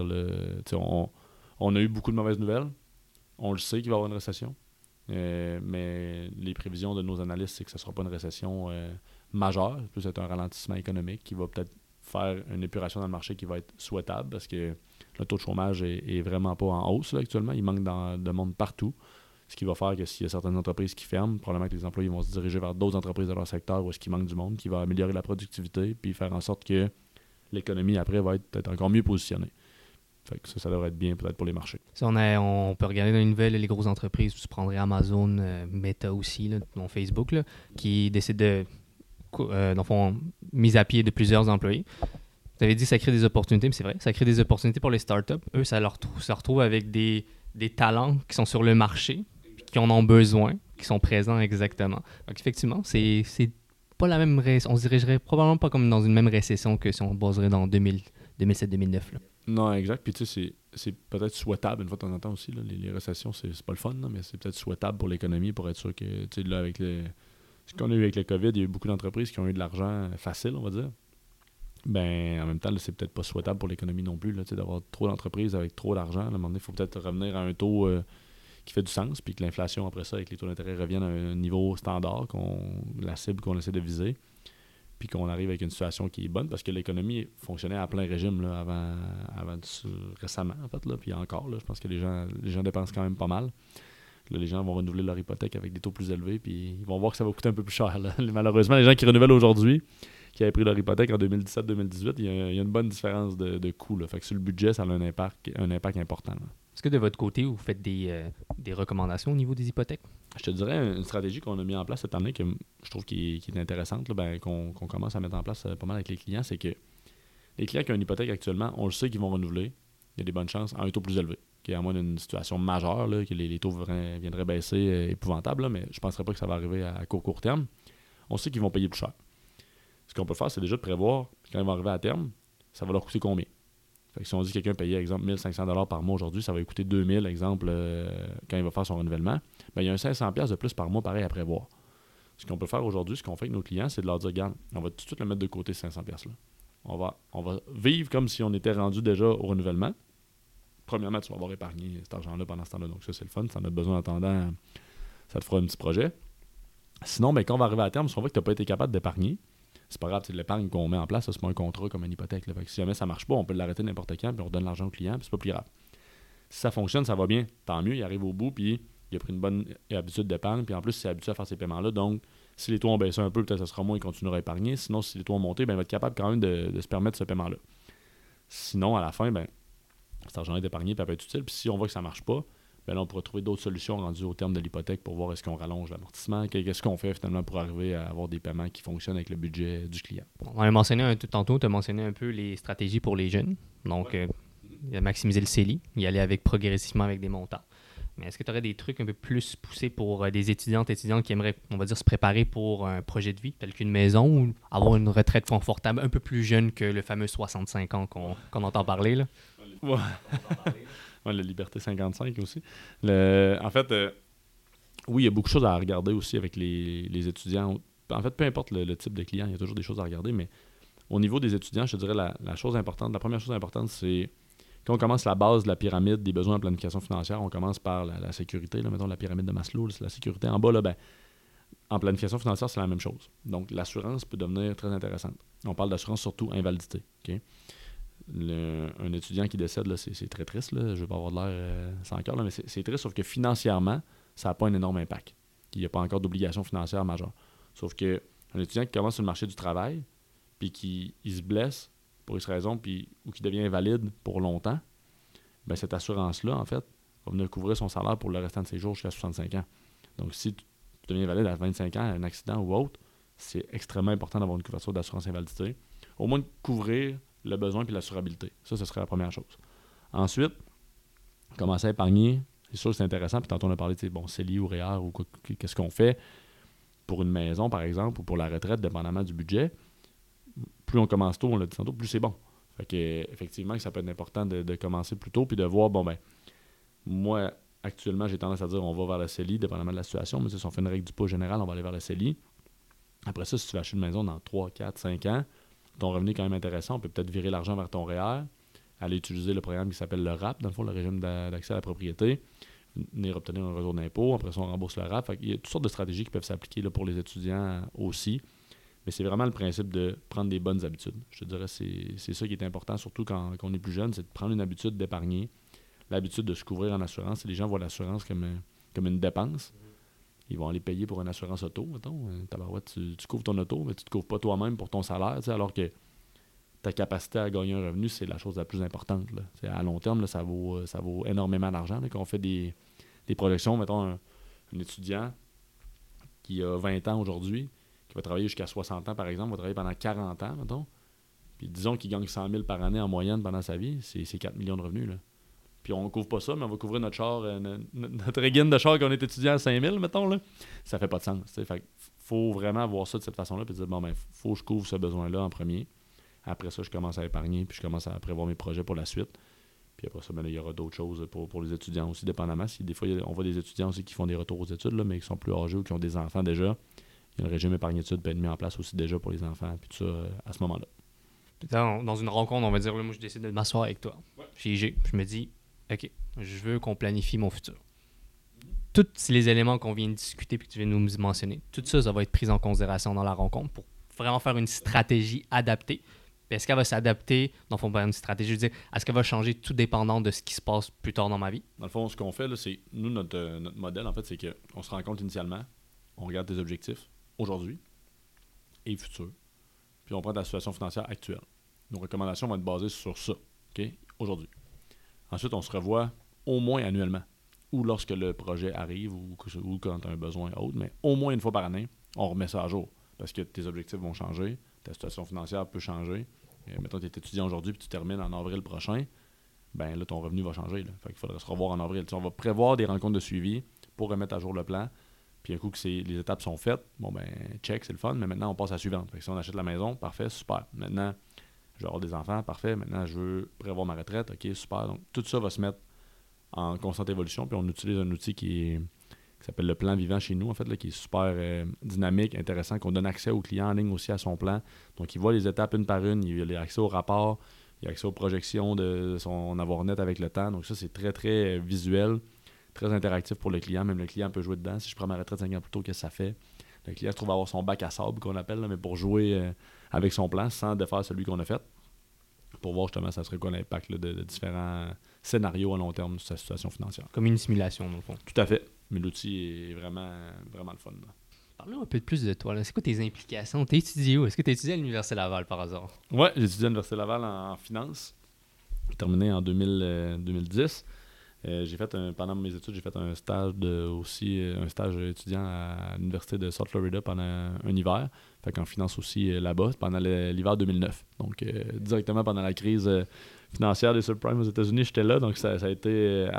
On a eu beaucoup de mauvaises nouvelles. On le sait qu'il va y avoir une récession. Mais les prévisions de nos analystes, c'est que ce ne sera pas une récession majeure. Plus être un ralentissement économique qui va peut-être faire une épuration dans le marché qui va être souhaitable parce que le taux de chômage est vraiment pas en hausse là, actuellement. Il manque de monde partout. Ce qui va faire que s'il y a certaines entreprises qui ferment, probablement que les employés vont se diriger vers d'autres entreprises de leur secteur où est-ce qu'il manque du monde, qui va améliorer la productivité puis faire en sorte que l'économie après va être peut-être encore mieux positionnée. Fait que ça devrait être bien peut-être pour les marchés. Si on peut regarder dans les nouvelles les grosses entreprises, tu prendrais Amazon, Meta aussi, là, mon Facebook, là, qui décide de, dans le fond, mise à pied de plusieurs employés. Vous avez dit que ça crée des opportunités, mais c'est vrai, ça crée des opportunités pour les startups. Eux, ça se retrouve avec des talents qui sont sur le marché, qui en ont besoin, qui sont présents exactement. Donc, effectivement, c'est pas la même on se dirigerait probablement pas comme dans une même récession que si on baserait dans 2007-2009. Non, exact. Puis tu sais, c'est peut-être souhaitable, une fois de temps en temps aussi. Là, les récessions, c'est pas le fun, là, mais c'est peut-être souhaitable pour l'économie pour être sûr que, tu sais, là, avec ce qu'on a eu avec le COVID, il y a eu beaucoup d'entreprises qui ont eu de l'argent facile, on va dire. Ben, en même temps, là, c'est peut-être pas souhaitable pour l'économie non plus, là, tu sais, d'avoir trop d'entreprises avec trop d'argent. À un moment donné, il faut peut-être revenir à un taux qui fait du sens, puis que l'inflation, après ça, avec les taux d'intérêt, reviennent à un niveau standard, la cible qu'on essaie de viser, puis qu'on arrive avec une situation qui est bonne, parce que l'économie fonctionnait à plein régime là, récemment, en fait, là, puis encore, là, je pense que les gens dépensent quand même pas mal. Là, les gens vont renouveler leur hypothèque avec des taux plus élevés, puis ils vont voir que ça va coûter un peu plus cher. Là. Malheureusement, les gens qui renouvellent aujourd'hui, qui avaient pris leur hypothèque en 2017-2018, il y a une bonne différence de coût. Là. Fait que sur le budget, ça a un impact important. Là. Est-ce que de votre côté, vous faites des recommandations au niveau des hypothèques? Je te dirais une stratégie qu'on a mis en place cette année que je trouve qui est intéressante, là, ben, qu'on commence à mettre en place pas mal avec les clients, c'est que les clients qui ont une hypothèque actuellement, on le sait qu'ils vont renouveler. Il y a des bonnes chances à un taux plus élevé. À moins d'une situation majeure, là, que les taux viendraient baisser épouvantable, là, mais je ne penserais pas que ça va arriver à court terme. On sait qu'ils vont payer plus cher. Ce qu'on peut faire, c'est déjà de prévoir, quand ils vont arriver à terme, ça va leur coûter combien. Fait que si on dit que quelqu'un payait, exemple, 1 500 $ par mois aujourd'hui, ça va lui coûter 2 000, exemple, quand il va faire son renouvellement, bien, il y a un 500 $ de plus par mois, pareil, à prévoir. Ce qu'on peut faire aujourd'hui, ce qu'on fait avec nos clients, c'est de leur dire, regarde, on va tout de suite le mettre de côté, ce 500 $-là. On va vivre comme si on était rendu déjà au renouvellement. Premièrement, tu vas avoir épargné cet argent-là pendant ce temps-là. Donc ça, c'est le fun. Si tu en as besoin en attendant, ça te fera un petit projet. Sinon, ben, quand on va arriver à terme, si on voit que tu n'as pas été capable d'épargner, c'est pas grave, c'est de l'épargne qu'on met en place, ça, c'est pas un contrat comme une hypothèque. Là. Fait que si jamais ça marche pas, on peut l'arrêter n'importe quand, puis on redonne l'argent au client, puis c'est pas plus grave. Si ça fonctionne, ça va bien, tant mieux, il arrive au bout, puis il a pris une bonne habitude d'épargne, puis en plus, il s'est habitué à faire ces paiements-là. Donc, si les taux ont baissé un peu, peut-être que ça sera moins, il continuera à épargner. Sinon, si les taux ont monté, ben, il va être capable quand même de se permettre ce paiement-là. Sinon, à la fin, ben, cet argent est épargné, puis ça peut être utile. Puis si on voit que ça ne marche pas, ben là, on pourra trouver d'autres solutions rendues au terme de l'hypothèque pour voir est-ce qu'on rallonge l'amortissement, qu'est-ce qu'on fait finalement pour arriver à avoir des paiements qui fonctionnent avec le budget du client. On a mentionné tantôt, tu as mentionné un peu les stratégies pour les jeunes. Donc, maximiser le CELI, y aller progressivement avec des montants. Mais est-ce que tu aurais des trucs un peu plus poussés pour des étudiants qui aimeraient, on va dire, se préparer pour un projet de vie, tel qu'une maison ou avoir une retraite confortable un peu plus jeune que le fameux 65 ans qu'on entend parler, là? Ouais. Ouais, la Liberté 55 aussi. En fait, oui, il y a beaucoup de choses à regarder aussi avec les étudiants. En fait, peu importe le type de client, il y a toujours des choses à regarder, mais au niveau des étudiants, je te dirais la première chose importante, c'est quand on commence la base de la pyramide des besoins en planification financière, on commence par la sécurité, là, mettons la pyramide de Maslow, c'est la sécurité. En bas, là, ben, en planification financière, c'est la même chose. Donc, l'assurance peut devenir très intéressante. On parle d'assurance surtout invalidité. Okay? Un étudiant qui décède, là, c'est très triste. Là. Je ne veux pas avoir de l'air sans cœur, là, mais c'est triste, sauf que financièrement, ça n'a pas un énorme impact. Il n'y a pas encore d'obligation financière majeure. Sauf qu'un étudiant qui commence sur le marché du travail, puis qui se blesse pour X raison, ou qui devient invalide pour longtemps, ben cette assurance-là, en fait, va venir couvrir son salaire pour le restant de ses jours jusqu'à 65 ans. Donc, si tu deviens invalide à 25 ans, un accident ou autre, c'est extrêmement important d'avoir une couverture d'assurance invalidité. Au moins de couvrir le besoin et l'assurabilité. Ça, ce serait la première chose. Ensuite, commencer à épargner. C'est sûr que c'est intéressant. Puis tantôt, on a parlé de CELI ou REER ou qu'est-ce qu'on fait pour une maison, par exemple, ou pour la retraite, dépendamment du budget. Plus on commence tôt, on l'a dit tantôt, plus c'est bon. Fait que, effectivement, ça peut être important de commencer plus tôt puis de voir, bon, ben, moi, actuellement, j'ai tendance à dire on va vers la CELI, dépendamment de la situation. Mais si on fait une règle du pas général, on va aller vers la CELI. Après ça, si tu vas acheter une maison dans 3, 4, 5 ans, ton revenu est quand même intéressant, on peut peut-être virer l'argent vers ton REER, aller utiliser le programme qui s'appelle le RAP, dans le fond, le régime d'accès à la propriété, venir obtenir un réseau d'impôt, après ça, on rembourse le RAP. Il y a toutes sortes de stratégies qui peuvent s'appliquer là, pour les étudiants aussi, mais c'est vraiment le principe de prendre des bonnes habitudes. Je te dirais c'est ça qui est important, surtout quand on est plus jeune, c'est de prendre une habitude d'épargner, l'habitude de se couvrir en assurance. Les gens voient l'assurance comme une dépense. Ils vont aller payer pour une assurance auto, mettons. Tu couvres ton auto, mais tu ne te couvres pas toi-même pour ton salaire, alors que ta capacité à gagner un revenu, c'est la chose la plus importante. Là. À long terme, là, ça vaut énormément d'argent. Là, quand on fait des projections, mettons un étudiant qui a 20 ans aujourd'hui, qui va travailler jusqu'à 60 ans, par exemple, va travailler pendant 40 ans, mettons, Puis disons qu'il gagne 100 000 par année en moyenne pendant sa vie, c'est 4 millions de revenus. Là. Puis on ne couvre pas ça, mais on va couvrir notre char, notre régine de char qu'on est étudiant à 5 000, mettons. Là. Ça fait pas de sens. T'sais. Fait faut vraiment voir ça de cette façon-là puis dire, bon, ben, faut que je couvre ce besoin-là en premier. Après ça, je commence à épargner puis je commence à prévoir mes projets pour la suite. Puis après ça, ben, là, il y aura d'autres choses pour les étudiants aussi, dépendamment. Si des fois, on voit des étudiants aussi qui font des retours aux études, là, mais qui sont plus âgés ou qui ont des enfants déjà. Il y a le régime épargne-études peut être mis en place aussi déjà pour les enfants, puis tout ça à ce moment-là. Dans une rencontre, on va dire, là, moi, je décide de m'asseoir avec toi, chez IG. Je me dis, OK, je veux qu'on planifie mon futur. Tous les éléments qu'on vient de discuter et que tu viens de nous mentionner, tout ça, ça va être pris en considération dans la rencontre pour vraiment faire une stratégie adaptée. Puis est-ce qu'elle va s'adapter, dans le fond, par une stratégie, je veux dire, est-ce qu'elle va changer tout dépendant de ce qui se passe plus tard dans ma vie? Dans le fond, ce qu'on fait, là, c'est, nous, notre modèle, en fait, c'est qu'on se rencontre initialement, on regarde tes objectifs aujourd'hui et futur, puis on prend ta situation financière actuelle. Nos recommandations vont être basées sur ça, OK, aujourd'hui. Ensuite, on se revoit au moins annuellement, ou lorsque le projet arrive, ou quand tu as un besoin autre, mais au moins une fois par année, on remet ça à jour, parce que tes objectifs vont changer, ta situation financière peut changer. Mettons que tu es étudiant aujourd'hui puis tu termines en avril prochain, ben là, ton revenu va changer. Là. Fait qu'il faudrait se revoir en avril. T'sais, on va prévoir des rencontres de suivi pour remettre à jour le plan. Puis un coup que les étapes sont faites, bon ben check, c'est le fun, mais maintenant on passe à la suivante. Fait que si on achète la maison, parfait, super. Maintenant, je vais avoir des enfants, parfait. Maintenant, je veux prévoir ma retraite, ok, super. Donc tout ça va se mettre en constante évolution. Puis on utilise un outil qui s'appelle le plan vivant chez nous, en fait, là, qui est super dynamique, intéressant, qu'on donne accès au client en ligne aussi à son plan. Donc, il voit les étapes une par une, il a accès au rapport, il a accès aux projections de son avoir net avec le temps. Donc, ça, c'est très, très visuel, très interactif pour le client. Même le client peut jouer dedans. Si je prends ma retraite 5 ans plus tôt, qu'est-ce que ça fait? Le client se trouve à avoir son bac à sable, qu'on appelle, là, mais pour jouer avec son plan sans défaire celui qu'on a fait. Pour voir justement ça serait quoi l'impact là, de différents scénarios à long terme de sa situation financière. Comme une simulation, dans le fond. Tout à fait. Mais l'outil est vraiment, vraiment le fun. Parle-nous un peu plus de toi. Là. C'est quoi tes implications? T'es étudié où? Est-ce que tu étudié à l'Université Laval par hasard? Ouais, j'ai étudié à l'Université Laval en finance. J'ai terminé en 2010. Pendant mes études, j'ai fait un stage un stage étudiant à l'Université de South Florida pendant un hiver. Fait qu'en finance aussi là-bas, pendant l'hiver 2009. Donc, directement pendant la crise financière des subprimes aux États-Unis, j'étais là. Donc, ça a été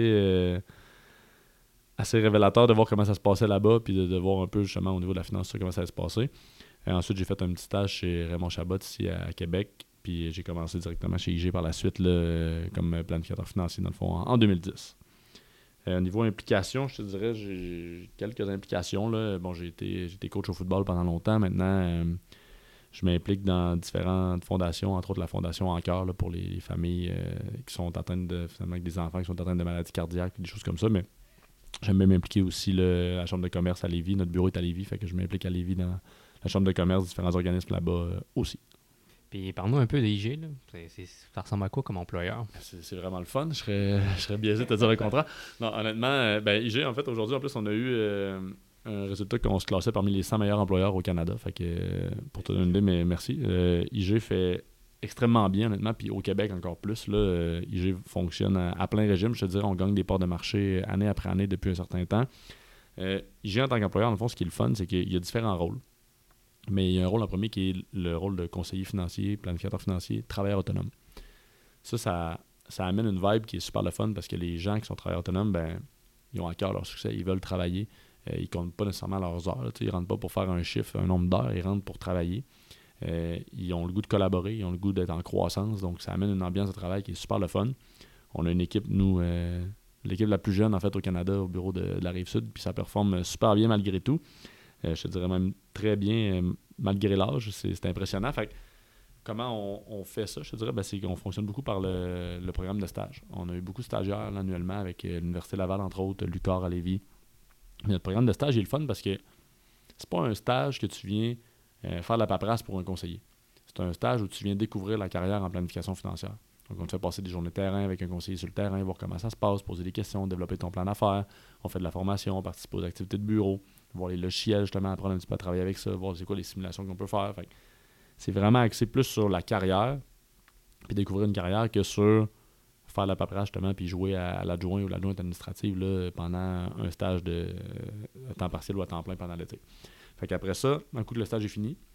assez révélateur de voir comment ça se passait là-bas, puis de voir un peu justement au niveau de la finance comment ça allait se passer. Et ensuite, j'ai fait un petit stage chez Raymond Chabot ici à Québec, puis j'ai commencé directement chez IG par la suite là, comme planificateur financier dans le fond en 2010. Au niveau implication, je te dirais, j'ai quelques implications. Là. Bon, j'ai été coach au football pendant longtemps. Maintenant, je m'implique dans différentes fondations, entre autres la fondation Encore là, pour les familles qui sont atteintes finalement avec des enfants qui sont atteintes de maladies cardiaques, des choses comme ça, mais j'aime bien m'impliquer aussi à la Chambre de commerce à Lévis. Notre bureau est à Lévis, fait que je m'implique à Lévis dans la Chambre de commerce, différents organismes là-bas aussi. Puis parle-nous un peu de IG. Là. Ça ressemble à quoi comme employeur? C'est vraiment le fun. Je serais biaisé de te dire le contraire. Non, honnêtement, IG, en fait, aujourd'hui, en plus, on a eu un résultat qu'on se classait parmi les 100 meilleurs employeurs au Canada. Fait que, pour te donner une idée, mais merci. IG fait extrêmement bien, honnêtement, puis au Québec encore plus. Là, IG fonctionne à plein régime. Je te dirais, on gagne des parts de marché année après année depuis un certain temps. IG, en tant qu'employeur, dans le fond, ce qui est le fun, c'est qu'il y a différents rôles. Mais il y a un rôle en premier qui est le rôle de conseiller financier, planificateur financier, travailleur autonome. Ça amène une vibe qui est super le fun parce que les gens qui sont travailleurs autonomes, ben, ils ont à cœur leur succès, ils veulent travailler. Ils ne comptent pas nécessairement leurs heures. Ils ne rentrent pas pour faire un chiffre, un nombre d'heures, ils rentrent pour travailler. Ils ont le goût de collaborer, ils ont le goût d'être en croissance. Donc, ça amène une ambiance de travail qui est super le fun. On a une équipe, nous, l'équipe la plus jeune, en fait, au Canada, au bureau de la Rive-Sud, puis ça performe super bien malgré tout. Je te dirais même très bien, malgré l'âge. C'est impressionnant. Fait que, comment on fait ça? Je te dirais, c'est qu'on fonctionne beaucoup par le programme de stage. On a eu beaucoup de stagiaires là, annuellement avec l'Université Laval, entre autres, l'UQAR à Lévis. Mais notre programme de stage est le fun parce que c'est pas un stage que tu viens faire de la paperasse pour un conseiller. C'est un stage où tu viens découvrir la carrière en planification financière. Donc, on te fait passer des journées de terrain avec un conseiller sur le terrain, voir comment ça se passe, poser des questions, développer ton plan d'affaires. On fait de la formation, on participe aux activités de bureau, voir les logiciels, justement, apprendre un petit peu à travailler avec ça, voir c'est quoi les simulations qu'on peut faire. Fait que c'est vraiment axé plus sur la carrière, puis découvrir une carrière que sur faire de la paperasse, justement, puis jouer à l'adjoint ou l'adjointe administrative là, pendant un stage de temps partiel ou à temps plein pendant l'été. Fait qu'après ça, un coup que le stage est fini,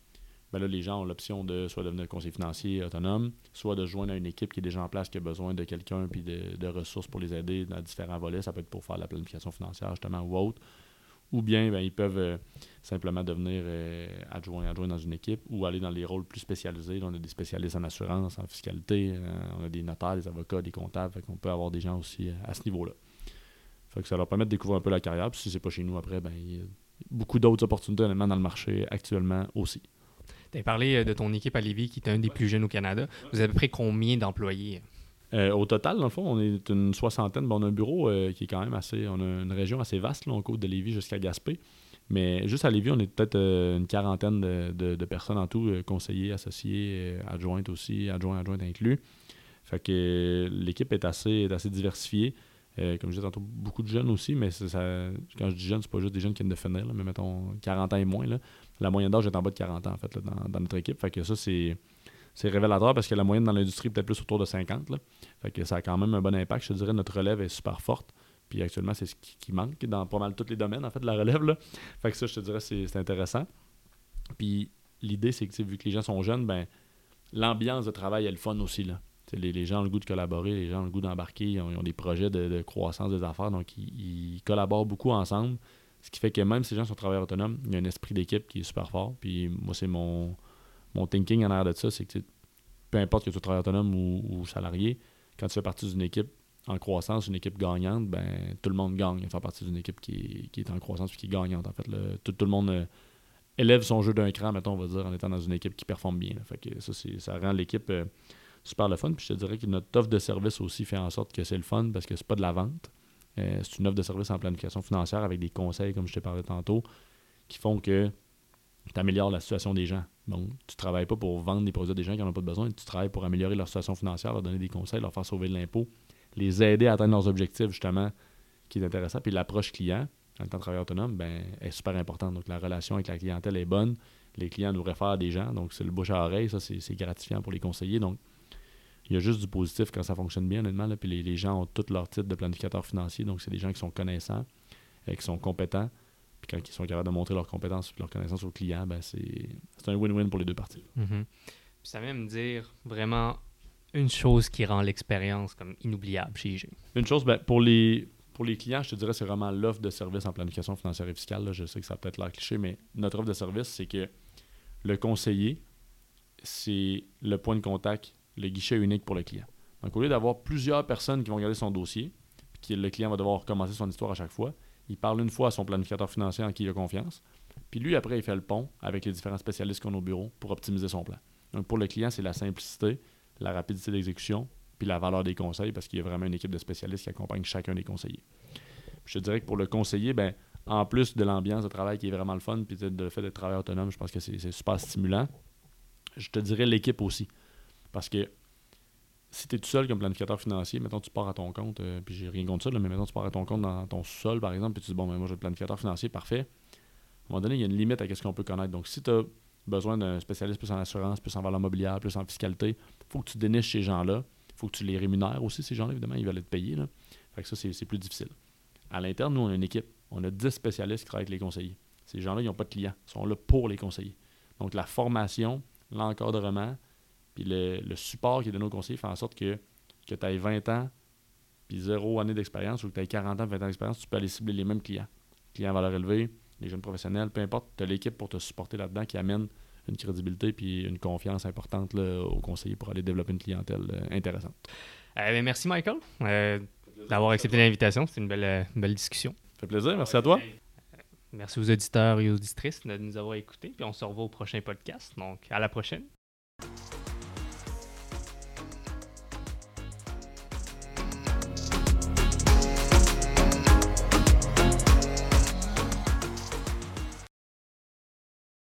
ben là, les gens ont l'option de soit devenir conseiller financier autonome, soit de se joindre à une équipe qui est déjà en place, qui a besoin de quelqu'un puis de ressources pour les aider dans différents volets. Ça peut être pour faire la planification financière, justement, ou autre. Ou bien, ben, ils peuvent simplement devenir adjoints dans une équipe ou aller dans les rôles plus spécialisés. Là, on a des spécialistes en assurance, en fiscalité, on a des notaires, des avocats, des comptables. Fait qu'on peut avoir des gens aussi à ce niveau-là. Fait que ça leur permet de découvrir un peu la carrière. Puis si c'est pas chez nous après, ben, il y a beaucoup d'autres opportunités honnêtement dans le marché actuellement aussi. Tu as parlé de ton équipe à Lévis qui est un des plus jeunes au Canada. Vous avez à peu près combien d'employés? Au total, dans le fond, on est une soixantaine. Bon, on a un bureau qui est quand même assez... On a une région assez vaste, là, on couvre de Lévis jusqu'à Gaspé. Mais juste à Lévis, on est peut-être une quarantaine de personnes en tout, conseillers, associés, adjointes aussi, adjointes inclus. Fait que l'équipe est assez diversifiée. Comme je disais tantôt, beaucoup de jeunes aussi, mais quand je dis jeunes, c'est pas juste des jeunes qui viennent de finir, là, mais mettons 40 ans et moins. Là. La moyenne d'âge est en bas de 40 ans, en fait, là, dans notre équipe. Fait que ça, c'est révélateur parce que la moyenne dans l'industrie est peut-être plus autour de 50. Là. Fait que ça a quand même un bon impact. Je te dirais, notre relève est super forte. Puis actuellement, c'est ce qui manque dans pas mal tous les domaines, en fait, de la relève. Là. Fait que ça, je te dirais, c'est intéressant. Puis l'idée, c'est que vu que les gens sont jeunes, ben l'ambiance de travail est le fun aussi, là. Les gens ont le goût de collaborer, les gens ont le goût d'embarquer, ils ont des projets de croissance des affaires, donc ils collaborent beaucoup ensemble, ce qui fait que même si les gens sont travailleurs autonomes, il y a un esprit d'équipe qui est super fort, puis moi, c'est mon thinking en arrière de ça, c'est que peu importe que tu sois travailleur autonome ou salarié, quand tu fais partie d'une équipe en croissance, une équipe gagnante, ben tout le monde gagne, faire partie d'une équipe qui est en croissance et qui est gagnante, en fait. Là. Tout le monde élève son jeu d'un cran, mettons, on va dire, en étant dans une équipe qui performe bien. Là. Fait que ça rend l'équipe... super le fun. Puis je te dirais que notre offre de service aussi fait en sorte que c'est le fun parce que c'est pas de la vente. C'est une offre de service en planification financière avec des conseils, comme je t'ai parlé tantôt, qui font que tu améliores la situation des gens. Donc, tu travailles pas pour vendre des produits à des gens qui n'en ont pas besoin. Tu travailles pour améliorer leur situation financière, leur donner des conseils, leur faire sauver de l'impôt, les aider à atteindre leurs objectifs, justement, qui est intéressant. Puis l'approche client, en tant que travailleur autonome, ben, est super importante. Donc, la relation avec la clientèle est bonne. Les clients nous réfèrent à des gens. Donc, c'est le bouche à oreille. Ça, c'est gratifiant pour les conseillers. Donc, il y a juste du positif quand ça fonctionne bien, honnêtement. Là, puis les gens ont tous leurs titres de planificateur financier. Donc, c'est des gens qui sont connaissants, qui sont compétents. Puis quand ils sont capables de montrer leurs compétences et leurs connaissances aux clients, ben c'est un win-win pour les deux parties. Mm-hmm. Puis ça vient me dire vraiment une chose qui rend l'expérience comme inoubliable chez IG. Une chose, ben, pour les clients, je te dirais, c'est vraiment l'offre de service en planification financière et fiscale. Là. Je sais que ça peut être l'air cliché, mais notre offre de service, c'est que le conseiller, c'est le point de contact, le guichet unique pour le client. Donc, au lieu d'avoir plusieurs personnes qui vont regarder son dossier, puis que le client va devoir recommencer son histoire à chaque fois, il parle une fois à son planificateur financier en qui il a confiance, puis lui, après, il fait le pont avec les différents spécialistes qu'on a au bureau pour optimiser son plan. Donc, pour le client, c'est la simplicité, la rapidité d'exécution, puis la valeur des conseils, parce qu'il y a vraiment une équipe de spécialistes qui accompagne chacun des conseillers. Puis je te dirais que pour le conseiller, ben, en plus de l'ambiance de travail qui est vraiment le fun, puis de le fait d'être travailleur autonome, je pense que c'est super stimulant. Je te dirais l'équipe aussi. Parce que si tu es tout seul comme planificateur financier, mettons tu pars à ton compte, puis j'ai rien contre ça, là, mais mettons tu pars à ton compte dans ton sous-sol, par exemple, puis tu dis, bon, ben, moi j'ai le planificateur financier, parfait. À un moment donné, il y a une limite à ce qu'on peut connaître. Donc, si tu as besoin d'un spécialiste plus en assurance, plus en valeur mobilière, plus en fiscalité, il faut que tu déniches ces gens-là. Il faut que tu les rémunères aussi, ces gens-là, évidemment, ils veulent être payés. Là. Fait que ça, c'est plus difficile. À l'interne, nous, on a une équipe. On a 10 spécialistes qui travaillent avec les conseillers. Ces gens-là, ils n'ont pas de clients. Ils sont là pour les conseillers. Donc, la formation, l'encadrement, puis le support qui est donné aux conseillers fait en sorte que tu aies 20 ans puis 0 année d'expérience ou que tu aies 40 ans, 20 ans d'expérience, tu peux aller cibler les mêmes clients. Clients à valeur élevée, les jeunes professionnels, peu importe, tu as l'équipe pour te supporter là-dedans qui amène une crédibilité puis une confiance importante là, aux conseillers pour aller développer une clientèle intéressante. Merci Michael d'avoir accepté l'invitation. C'était une belle discussion. Ça fait plaisir, merci à toi. Merci aux auditeurs et aux auditrices de nous avoir écoutés. Puis on se revoit au prochain podcast. Donc, à la prochaine.